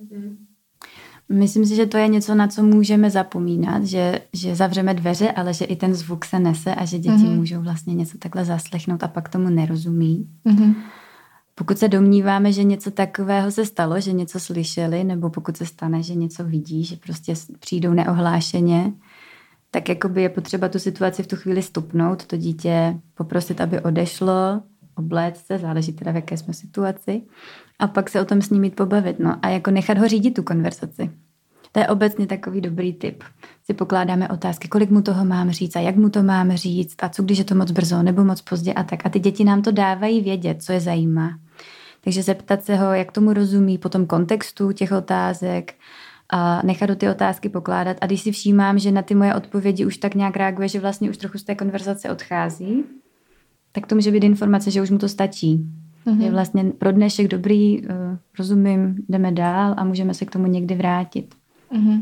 Myslím si, že to je něco, na co můžeme zapomínat, že, že zavřeme dveře, ale že i ten zvuk se nese a že děti hmm. můžou vlastně něco takhle zaslechnout a pak tomu nerozumí. Hmm. Pokud se domníváme, že něco takového se stalo, že něco slyšeli, nebo pokud se stane, že něco vidí, že prostě přijdou neohlášeně, tak jakoby je potřeba tu situaci v tu chvíli stupnout, to dítě poprosit, aby odešlo, obléct se, záleží teda, v jaké jsme situaci, a pak se o tom s ním mít pobavit. No a jako nechat ho řídit tu konverzaci. To je obecně takový dobrý tip. Si pokládáme otázky, kolik mu toho mám říct a jak mu to mám říct a co když je to moc brzo nebo moc pozdě a tak. A ty děti nám to dávají vědět, co je zajímá. Takže zeptat se ho, jak tomu rozumí, po tom kontextu těch otázek a nechat do ty otázky pokládat. A když si všímám, že na ty moje odpovědi už tak nějak reaguje, že vlastně už trochu z té konverzace odchází, tak to může být informace, že už mu to stačí. Mm-hmm. Je vlastně pro dnešek dobrý, rozumím, jdeme dál a můžeme se k tomu někdy vrátit. Mm-hmm.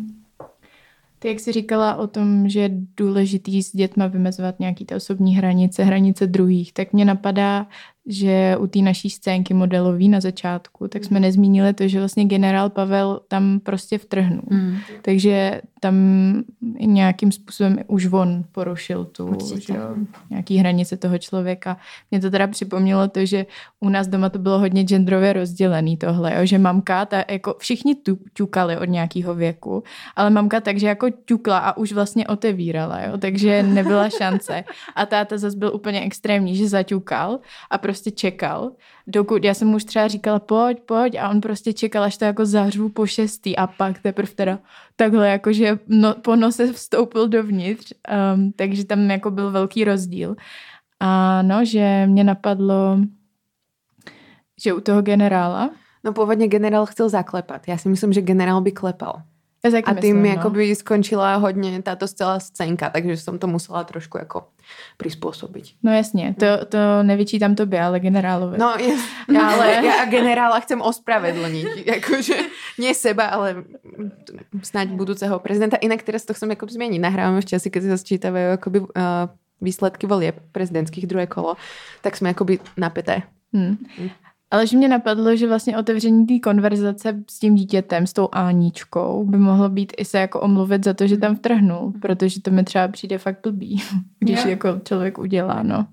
Ty, jak jsi říkala o tom, že je důležitý s dětma vymezovat nějaké ty osobní hranice, hranice druhých, tak mě napadá, že u té naší scénky modelový na začátku, tak jsme nezmínili to, že vlastně generál Pavel tam prostě vtrhnul. Mm. Takže tam nějakým způsobem už on porušil tu že, nějaký hranice toho člověka. Mě to teda připomnělo to, že u nás doma to bylo hodně genderově rozdělený tohle, jo, že mamka, ta, jako všichni tu, ťukali od nějakého věku, ale mamka takže jako ťukla a už vlastně otevírala, jo, takže nebyla šance. A táta zase byl úplně extrémní, že zaťukal a prostě čekal, dokud já jsem mu už třeba říkala pojď, pojď a on prostě čekal, až to jako zařvu po šestý a pak teprve teda takhle jakože no, po nose vstoupil dovnitř, um, takže tam jako byl velký rozdíl. A no, že mě napadlo, že u toho generála... No původně generál chcel zaklepat. Já si myslím, že generál by klepal. A tým myslím, jakoby no. skončila hodně táto celá scénka, takže jsem to musela trošku jako prispôsobiť. No jasně, to, to nevyčítám tobě, ale generálovi. No ja, ale ja generála chcem ospravedlniť. Jakože nie seba, ale snáď budúceho prezidenta. Inak teraz to chcem jako zmeniť. Nahrávame v čase, keď sa sčítavajú akoby uh, výsledky volieb prezidentských druhé kolo, tak jsme akoby napäté. Hmm. Hmm. Ale že mě napadlo, že vlastně otevření té konverzace s tím dítětem, s tou Áničkou, by mohlo být i se jako omluvit za to, že tam vtrhnul, protože to mi třeba přijde fakt blbý, když yeah. jako člověk udělá, no.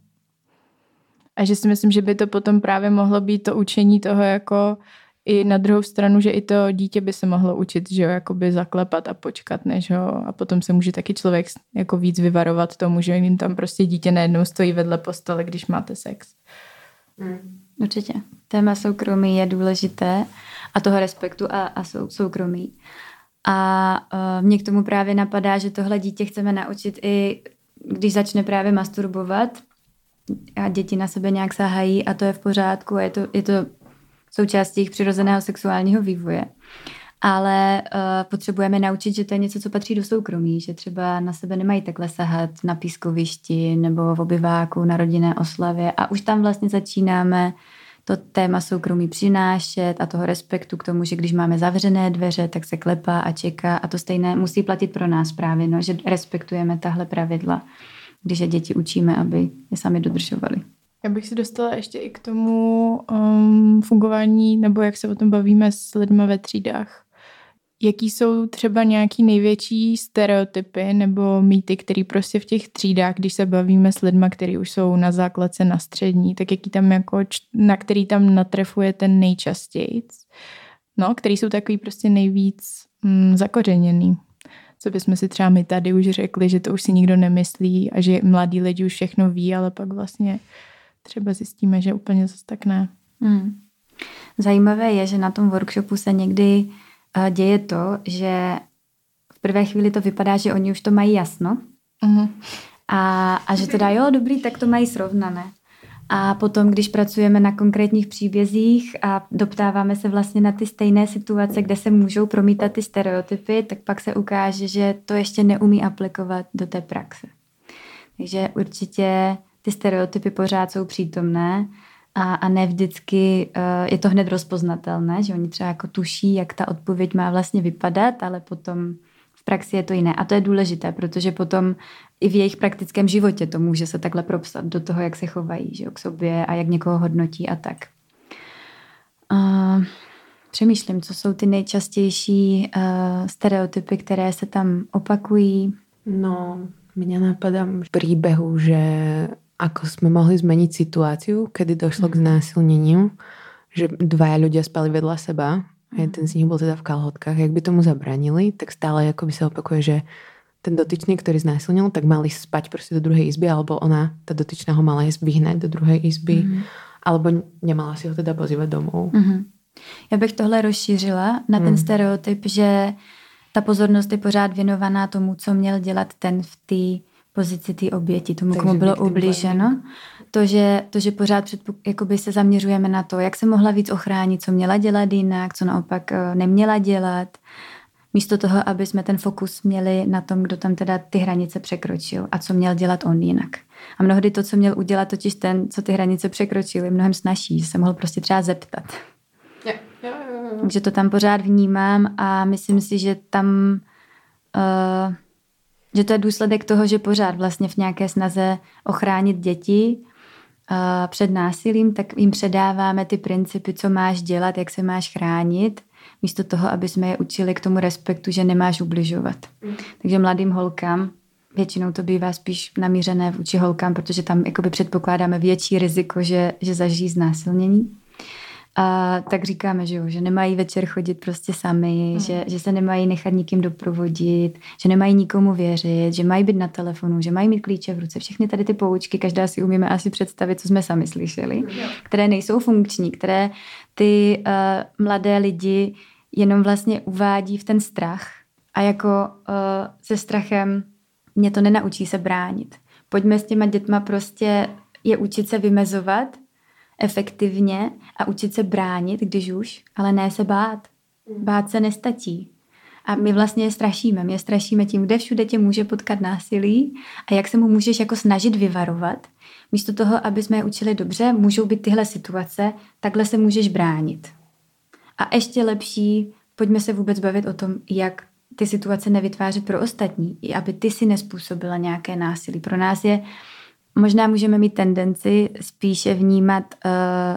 A že si myslím, že by to potom právě mohlo být to učení toho jako i na druhou stranu, že i to dítě by se mohlo učit, že jo, jakoby zaklepat a počkat, než ho, a potom se může taky člověk jako víc vyvarovat tomu, že jim tam prostě dítě najednou stojí vedle postele, když máte sex. Hmm. Určitě. Téma soukromí je důležité a toho respektu a, a sou, soukromí. A uh, mě k tomu právě napadá, že tohle dítě chceme naučit i když začne právě masturbovat a děti na sebe nějak sahají a to je v pořádku a je to, je to součástí jejich přirozeného sexuálního vývoje. Ale uh, potřebujeme naučit, že to je něco, co patří do soukromí, že třeba na sebe nemají takhle sahat na pískovišti nebo v obyváku na rodinné oslavě a už tam vlastně začínáme to téma soukromí přinášet a toho respektu k tomu, že když máme zavřené dveře, tak se klepá a čeká a to stejné musí platit pro nás právě, no, že respektujeme tahle pravidla, když je děti učíme, aby je sami dodržovali. Já bych si dostala ještě i k tomu um, fungování, nebo jak se o tom bavíme s lidmi ve třídách. Jaký jsou třeba nějaký největší stereotypy nebo mýty, které prostě v těch třídách, když se bavíme s lidmi, kteří už jsou na základce, na střední, tak jaký tam jako, na který tam natrefujete nejčastěji, no, který jsou takový prostě nejvíc mm, zakořeněný. Co bychom si třeba my tady už řekli, že to už si nikdo nemyslí a že mladí lidi už všechno ví, ale pak vlastně třeba zjistíme, že úplně zase tak ne. Hmm. Zajímavé je, že na tom workshopu se někdy uh, děje to, že v prvé chvíli to vypadá, že oni už to mají jasno uh-huh. a, a že teda jo, dobrý, tak to mají srovnané. A potom, když pracujeme na konkrétních příbězích a doptáváme se vlastně na ty stejné situace, kde se můžou promítat ty stereotypy, tak pak se ukáže, že to ještě neumí aplikovat do té praxe. Takže určitě ty stereotypy pořád jsou přítomné a, a ne vždycky uh, je to hned rozpoznatelné, že oni třeba jako tuší, jak ta odpověď má vlastně vypadat, ale potom v praxi je to jiné. A to je důležité, protože potom i v jejich praktickém životě to může se takhle propsat do toho, jak se chovají, že jo, k sobě a jak někoho hodnotí a tak. Uh, přemýšlím, co jsou ty nejčastější uh, stereotypy, které se tam opakují. No, mňa napadá v príbehu, že ako sme mohli zmeniť situáciu, kedy došlo k znásilneniu, že dvaja ľudia spali vedľa seba a jeden z nich bol teda v kalhotkách. Jak by tomu zabranili, tak stále ako by sa opakuje, že ten dotyčný, ktorý znásilnil, tak mali spať proste do druhej izby, alebo ona, tá dotyčná ho mala ísť vyhnať do druhej izby, mm. alebo nemala si ho teda pozývať domov. Mm. Já bych tohle rozšířila na ten mm. stereotyp, že ta pozornost je pořád věnovaná tomu, co měl dělat ten v té pozici té oběti, tomu, komu bylo ublíženo. To, že, to, že pořád předpok- jakoby se zaměřujeme na to, jak se mohla víc ochránit, co měla dělat jinak, co naopak neměla dělat. Místo toho, aby jsme ten fokus měli na tom, kdo tam teda ty hranice překročil a co měl dělat on jinak. A mnohdy to, co měl udělat totiž ten, co ty hranice překročil, je mnohem snazší, že se mohl prostě třeba zeptat. Yeah. Yeah, yeah, yeah. Takže to tam pořád vnímám a myslím si, že tam uh, že to je důsledek toho, že pořád vlastně v nějaké snaze ochránit děti uh, před násilím, tak jim předáváme ty principy, co máš dělat, jak se máš chránit, místo toho, aby jsme je učili k tomu respektu, že nemáš ubližovat. Mm. Takže mladým holkám, většinou to bývá spíš namířené vůči holkám, protože tam jakoby předpokládáme větší riziko, že, že zažijí znásilnění. A tak říkáme, že, jo, že nemají večer chodit prostě sami, mm. že, že se nemají nechat nikým doprovodit, že nemají nikomu věřit, že mají být na telefonu, že mají mít klíče v ruce. Všechny tady ty poučky, každá si umíme asi představit, co jsme sami slyšeli, mm. které nejsou funkční, které ty uh, mladé lidi jenom vlastně uvádí v ten strach a jako uh, se strachem mě to nenaučí se bránit. Pojďme s těma dětma prostě je učit se vymezovat efektivně a učit se bránit, když už, ale ne se bát. Bát se nestačí. A my vlastně je strašíme. My je strašíme tím, kde všude tě může potkat násilí a jak se mu můžeš jako snažit vyvarovat. Místo toho, aby jsme je učili dobře, můžou být tyhle situace, takhle se můžeš bránit. A ještě lepší, pojďme se vůbec bavit o tom, jak ty situace nevytvářet pro ostatní, i aby ty si nespůsobila nějaké násilí. Pro nás je možná můžeme mít tendenci spíše vnímat uh,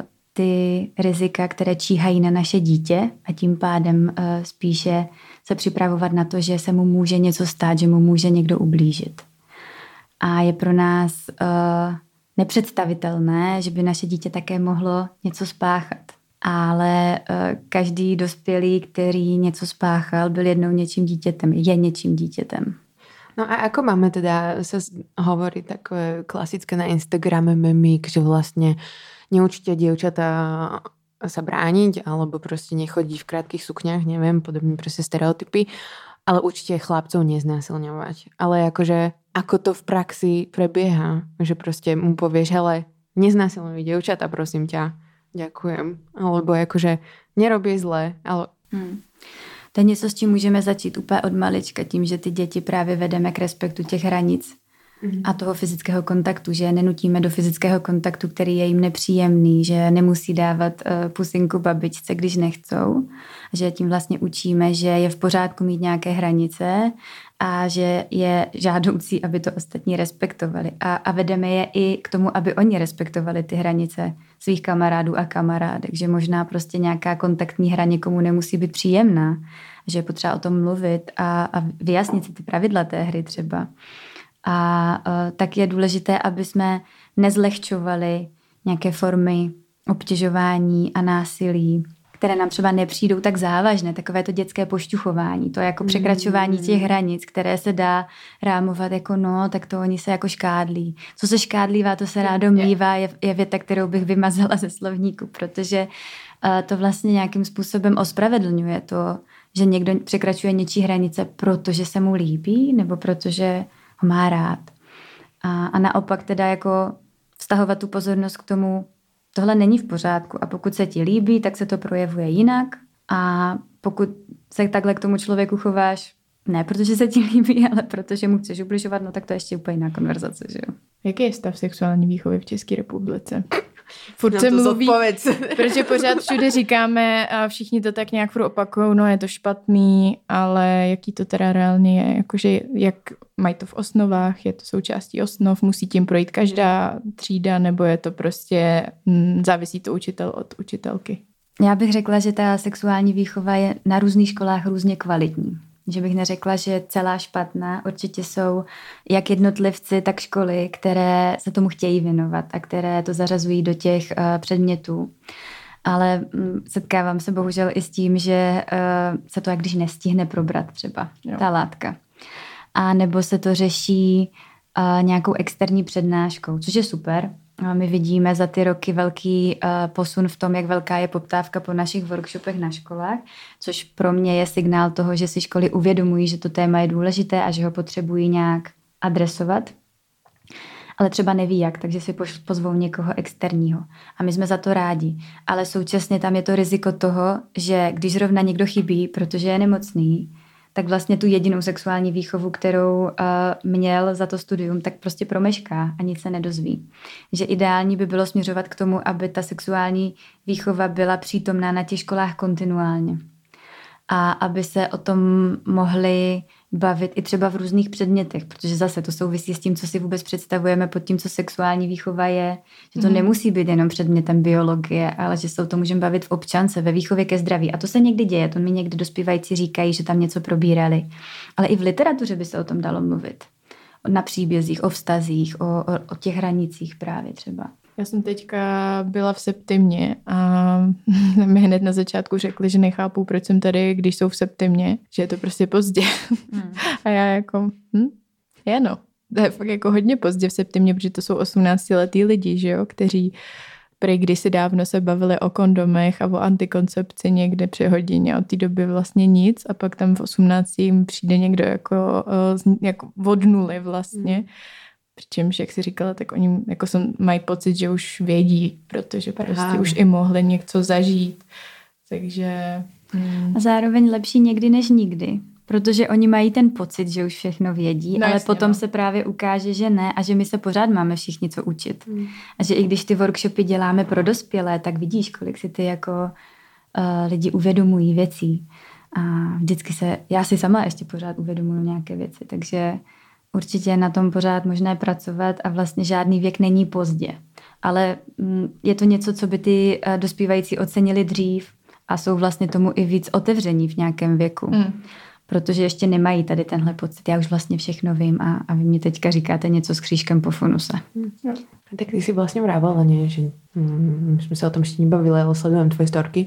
ty rizika, které číhají na naše dítě a tím pádem uh, spíše se připravovat na to, že se mu může něco stát, že mu může někdo ublížit. A je pro nás uh, nepředstavitelné, že by naše dítě také mohlo něco spáchat. Ale uh, každý dospělý, který něco spáchal, byl jednou něčím dítětem, je něčím dítětem. No a ako máme teda, sa hovorí takové klasické na Instagrame memík, že vlastne neučíte dievčatá sa brániť, alebo proste nechodí v krátkých sukňách, neviem, podobne proste stereotypy, ale učíte chlapcov neznásilňovať. Ale akože, ako to v praxi prebieha, že proste mu povieš, hele, neznásilňuj dievčatá, prosím ťa, ďakujem. Alebo akože nerobí zle, ale... Hmm. To je něco, s čím můžeme začít úplně od malička, tím, že ty děti právě vedeme k respektu těch hranic mm. a toho fyzického kontaktu, že nenutíme do fyzického kontaktu, který je jim nepříjemný, že nemusí dávat uh, pusinku babičce, když nechcou, že tím vlastně učíme, že je v pořádku mít nějaké hranice a že je žádoucí, aby to ostatní respektovali. A, a vedeme je i k tomu, aby oni respektovali ty hranice svých kamarádů a kamarádek, že možná prostě nějaká kontaktní hra někomu nemusí být příjemná, že je potřeba o tom mluvit a, a vyjasnit si ty pravidla té hry třeba. A uh, tak je důležité, aby jsme nezlehčovali nějaké formy obtěžování a násilí, které nám třeba nepřijdou tak závažné, takové to dětské pošťuchování, to jako překračování těch hranic, které se dá rámovat jako no, tak to oni se jako škádlí. Co se škádlívá, to se rádo mívá, je, je věta, kterou bych vymazala ze slovníku, protože uh, to vlastně nějakým způsobem ospravedlňuje to, že někdo překračuje něčí hranice, protože se mu líbí, nebo protože ho má rád. A, a naopak teda jako vztahovat tu pozornost k tomu, tohle není v pořádku a pokud se ti líbí, tak se to projevuje jinak a pokud se takhle k tomu člověku chováš, ne protože se ti líbí, ale protože mu chceš ubližovat, no tak to je ještě úplně jiná konverzace, že jo? Jaký je stav sexuální výchovy v České republice? Furt se to mluví, zodpověc. protože pořád všude říkáme a všichni to tak nějak furt opakují, no je to špatný, ale jaký to teda reálně je, jakože jak mají to v osnovách, je to součástí osnov, musí tím projít každá třída, nebo je to prostě, hm, závisí to učitel od učitelky? Já bych řekla, že ta sexuální výchova je na různých školách různě kvalitní. Že bych neřekla, že je celá špatná. Určitě jsou jak jednotlivci, tak školy, které se tomu chtějí věnovat a které to zařazují do těch uh, předmětů. Ale um, setkávám se bohužel i s tím, že uh, se to jak když nestihne probrat třeba jo. ta látka. A nebo se to řeší uh, nějakou externí přednáškou, což je super. My vidíme za ty roky velký uh, posun v tom, jak velká je poptávka po našich workshopech na školách, což pro mě je signál toho, že si školy uvědomují, že to téma je důležité a že ho potřebují nějak adresovat. Ale třeba neví jak, takže si pozvou někoho externího. A my jsme za to rádi. Ale současně tam je to riziko toho, že když zrovna někdo chybí, protože je nemocný, tak vlastně tu jedinou sexuální výchovu, kterou uh, měl za to studium, tak prostě promešká a nic se nedozví. Že ideální by bylo směřovat k tomu, aby ta sexuální výchova byla přítomná na těch školách kontinuálně. A aby se o tom mohli bavit i třeba v různých předmětech, protože zase to souvisí s tím, co si vůbec představujeme pod tím, co sexuální výchova je, že to mm. nemusí být jenom předmětem biologie, ale že se o tom můžeme bavit v občance, ve výchově ke zdraví. A to se někdy děje, to mi někdy dospívající říkají, že tam něco probírali. Ale i v literatuře by se o tom dalo mluvit. Na příbězích, o vztazích, o, o, o těch hranicích právě třeba. Já jsem teďka byla v Septimě a mi hned na začátku řekli, že nechápou, proč jsem tady, když jsou v Septimě, že je to prostě pozdě. Hmm. A já jako, hm, je no. To je fakt jako hodně pozdě v Septimě, protože to jsou osmnáctiletí lidi, že jo, kteří prý kdysi dávno se bavili o kondomech a o antikoncepci někde při hodině. Od té doby vlastně nic a pak tam v osmnácti jim přijde někdo jako, jako od nuly vlastně. Hmm. Přičemž, jak jsi říkala, tak oni jako jsem, mají pocit, že už vědí, protože prostě Aha. už i mohli něco zažít. Takže... Hmm. A zároveň lepší někdy než nikdy. Protože oni mají ten pocit, že už všechno vědí, no ale jasně, potom no. se právě ukáže, že ne a že my se pořád máme všichni co učit. Hmm. A že i když ty workshopy děláme pro dospělé, tak vidíš, kolik si ty jako uh, lidi uvědomují věcí. A vždycky se, já si sama ještě pořád uvědomuju nějaké věci, takže určitě je na tom pořád možné pracovat a vlastně žádný věk není pozdě. Ale je to něco, co by ty dospívající ocenili dřív a jsou vlastně tomu i víc otevření v nějakém věku. Mm. Protože ještě nemají tady tenhle pocit. Já už vlastně všechno vím a, a vy mě teďka říkáte něco s křížkem po funuse. Mm. No. Tak ty si vlastně vrávala, ne? Že mm, jsme se o tom ještě nebavili, ale sledujeme tvoje storky.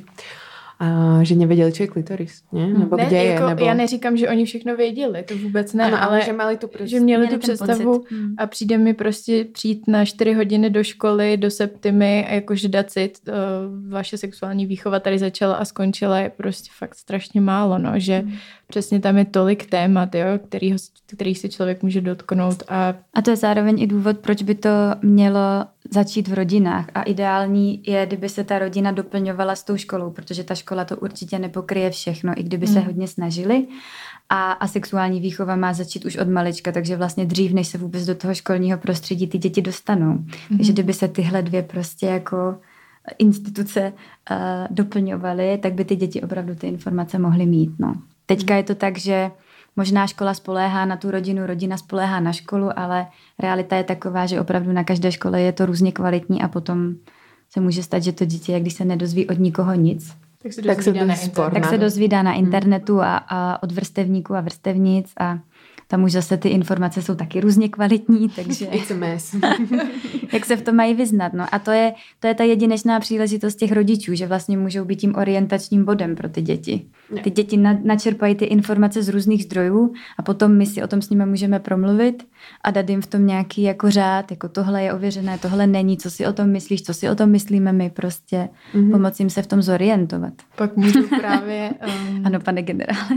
A že nevěděli, co je klitoris, ne? Nebo ne, kde je? Jako, nebo... Já neříkám, že oni všechno věděli, to vůbec ne, ano, ale že, mali tu prostě, že měli tu představu a přijde mi prostě přijít na čtyři hodiny do školy, do Septimy a jakože dacit, uh, vaše sexuální výchova tady začala a skončila je prostě fakt strašně málo, no, že hmm. přesně tam je tolik témat, jo, kterýho, který se člověk může dotknout. A... a to je zároveň i důvod, proč by to mělo začít v rodinách a ideální je, kdyby se ta rodina doplňovala s tou školou, protože ta škola to určitě nepokryje všechno, i kdyby mm. se hodně snažili a, a sexuální výchova má začít už od malička, takže vlastně dřív, než se vůbec do toho školního prostředí ty děti dostanou. Mm. Takže kdyby se tyhle dvě prostě jako instituce uh, doplňovaly, tak by ty děti opravdu ty informace mohly mít. No. Teďka mm. je to tak, že možná škola spoléhá na tu rodinu, rodina spoléhá na školu, ale realita je taková, že opravdu na každé škole je to různě kvalitní a potom se může stát, že to dítě, když se nedozví od nikoho nic, tak se dozvídá, tak se, na, tak se dozvídá na internetu a, a od vrstevníků a vrstevnic a tam už zase ty informace jsou taky různě kvalitní, takže... It's a mess. Jak se v tom mají vyznat, no. A to je, to je ta jedinečná příležitost těch rodičů, že vlastně můžou být tím orientačním bodem pro ty děti. Ty děti na, načerpají ty informace z různých zdrojů a potom my si o tom s nimi můžeme promluvit a dát jim v tom nějaký jako řád, jako tohle je ověřené, tohle není, co si o tom myslíš, co si o tom myslíme my, prostě mm-hmm. pomoct jim se v tom zorientovat. Pak můžu právě... Um... Ano, pane generále.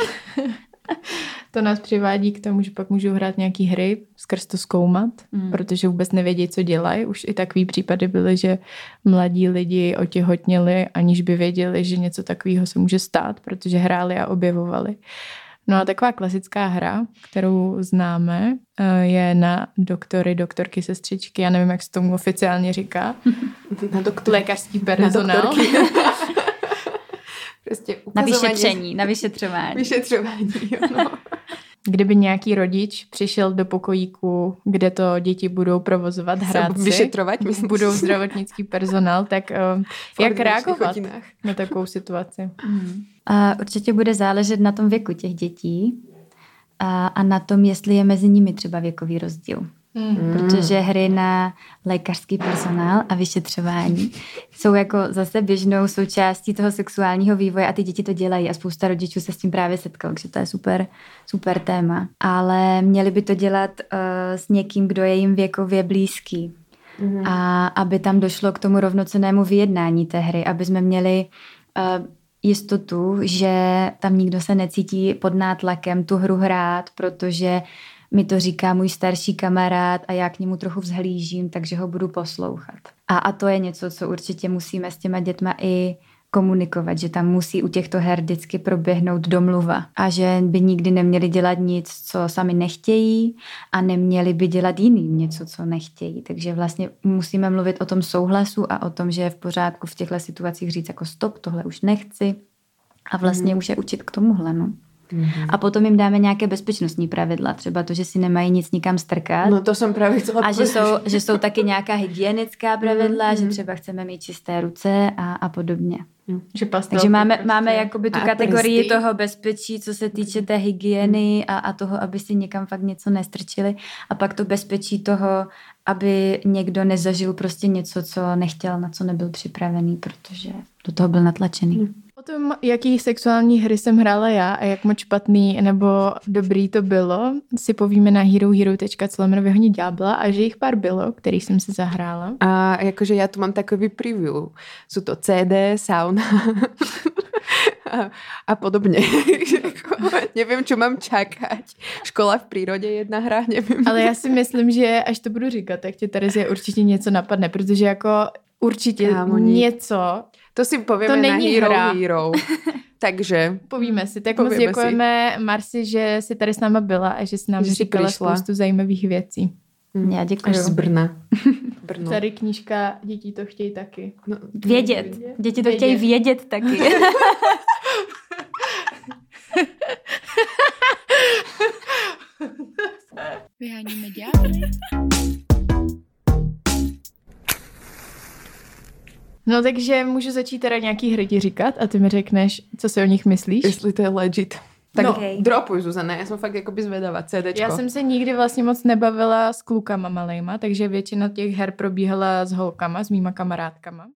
To nás přivádí k tomu, že pak můžou hrát nějaký hry, skrz to zkoumat, mm. protože vůbec nevědí, co dělají. Už i takový případy byly, že mladí lidi otěhotněli, aniž by věděli, že něco takového se může stát, protože hráli a objevovali. No a taková klasická hra, kterou známe, je na doktory, doktorky, sestřičky. Já nevím, jak se tomu oficiálně říká. Na doktor... Lékařský personál. Prostě na vyšetření, na vyšetřování. Vyšetřování, jo, no. Kdyby nějaký rodič přišel do pokojíku, kde to děti budou provozovat, hrát si, vyšetrovat, myslím, budou zdravotnický personál, tak uh, jak reagovat hodinách na takovou situaci? Hmm. A určitě bude záležet na tom věku těch dětí a, a na tom, jestli je mezi nimi třeba věkový rozdíl. Mm. Protože hry na lékařský personál a vyšetřování jsou jako zase běžnou součástí toho sexuálního vývoje a ty děti to dělají a spousta rodičů se s tím právě setkal, takže to je super, super téma. Ale měli by to dělat uh, s někým, kdo je jim věkově blízký. Mm. A aby tam došlo k tomu rovnocennému vyjednání té hry, aby jsme měli uh, jistotu, že tam nikdo se necítí pod nátlakem tu hru hrát, protože mi to říká můj starší kamarád a já k němu trochu vzhlížím, takže ho budu poslouchat. A, a to je něco, co určitě musíme s těma dětma i komunikovat, že tam musí u těchto her vždycky proběhnout domluva a že by nikdy neměli dělat nic, co sami nechtějí a neměli by dělat jiným něco, co nechtějí. Takže vlastně musíme mluvit o tom souhlasu a o tom, že je v pořádku v těchto situacích říct jako stop, tohle už nechci a vlastně mm. už je učit k tomuhle, no. Mm-hmm. A potom jim dáme nějaké bezpečnostní pravidla, třeba to, že si nemají nic nikam strkat. No to jsem právě chcela A že jsou, že jsou taky nějaká hygienická pravidla, mm-hmm. že třeba chceme mít čisté ruce a, a podobně. Mm. Že Takže máme, prostě. máme jakoby tu a kategorii prsty. Toho bezpečí, co se týče té hygieny a, a toho, aby si někam fakt něco nestrčili. A pak to bezpečí toho, aby někdo nezažil prostě něco, co nechtěl, na co nebyl připravený, protože do toho byl natlačený. Mm. O tom, jaký sexuální hry jsem hrála já a jak moc špatný nebo dobrý to bylo, si povíme na herohero tečka co lomeno vyhonit ďábla a že jich pár bylo, který jsem si zahrála. A jakože já tu mám takový preview. Jsou to cé dé, sauna a, a podobně. Nevím, čo mám čakať. Škola v přírodě, jedna hra, nevím. Ale já si myslím, že až to budu říkat, tak tě Terezie určitě něco napadne, protože jako určitě Kámo, něco... To si povieme to na Hero hra. Hero. Takže povíme si. Tak moc děkujeme si. Marsi, že jsi tady s náma byla a že jsi nám že říkala spoustu zajímavých věcí. Hmm. Já děkuji. Až z Brna. Brno. Tady knížka Děti to chtějí taky. No, vědět. vědět. Děti to vědět. Chtějí vědět taky. Vyháníme ďábly. No takže můžu začít teda nějaký hry ti říkat a ty mi řekneš, co si o nich myslíš. Jestli to je legit. Tak no. Okay. Dropuj, Zuzana, já jsem fakt jakoby zvedavá, CDčko. Já jsem se nikdy vlastně moc nebavila s klukama malejma, takže většina těch her probíhala s holkama, s mýma kamarádkama.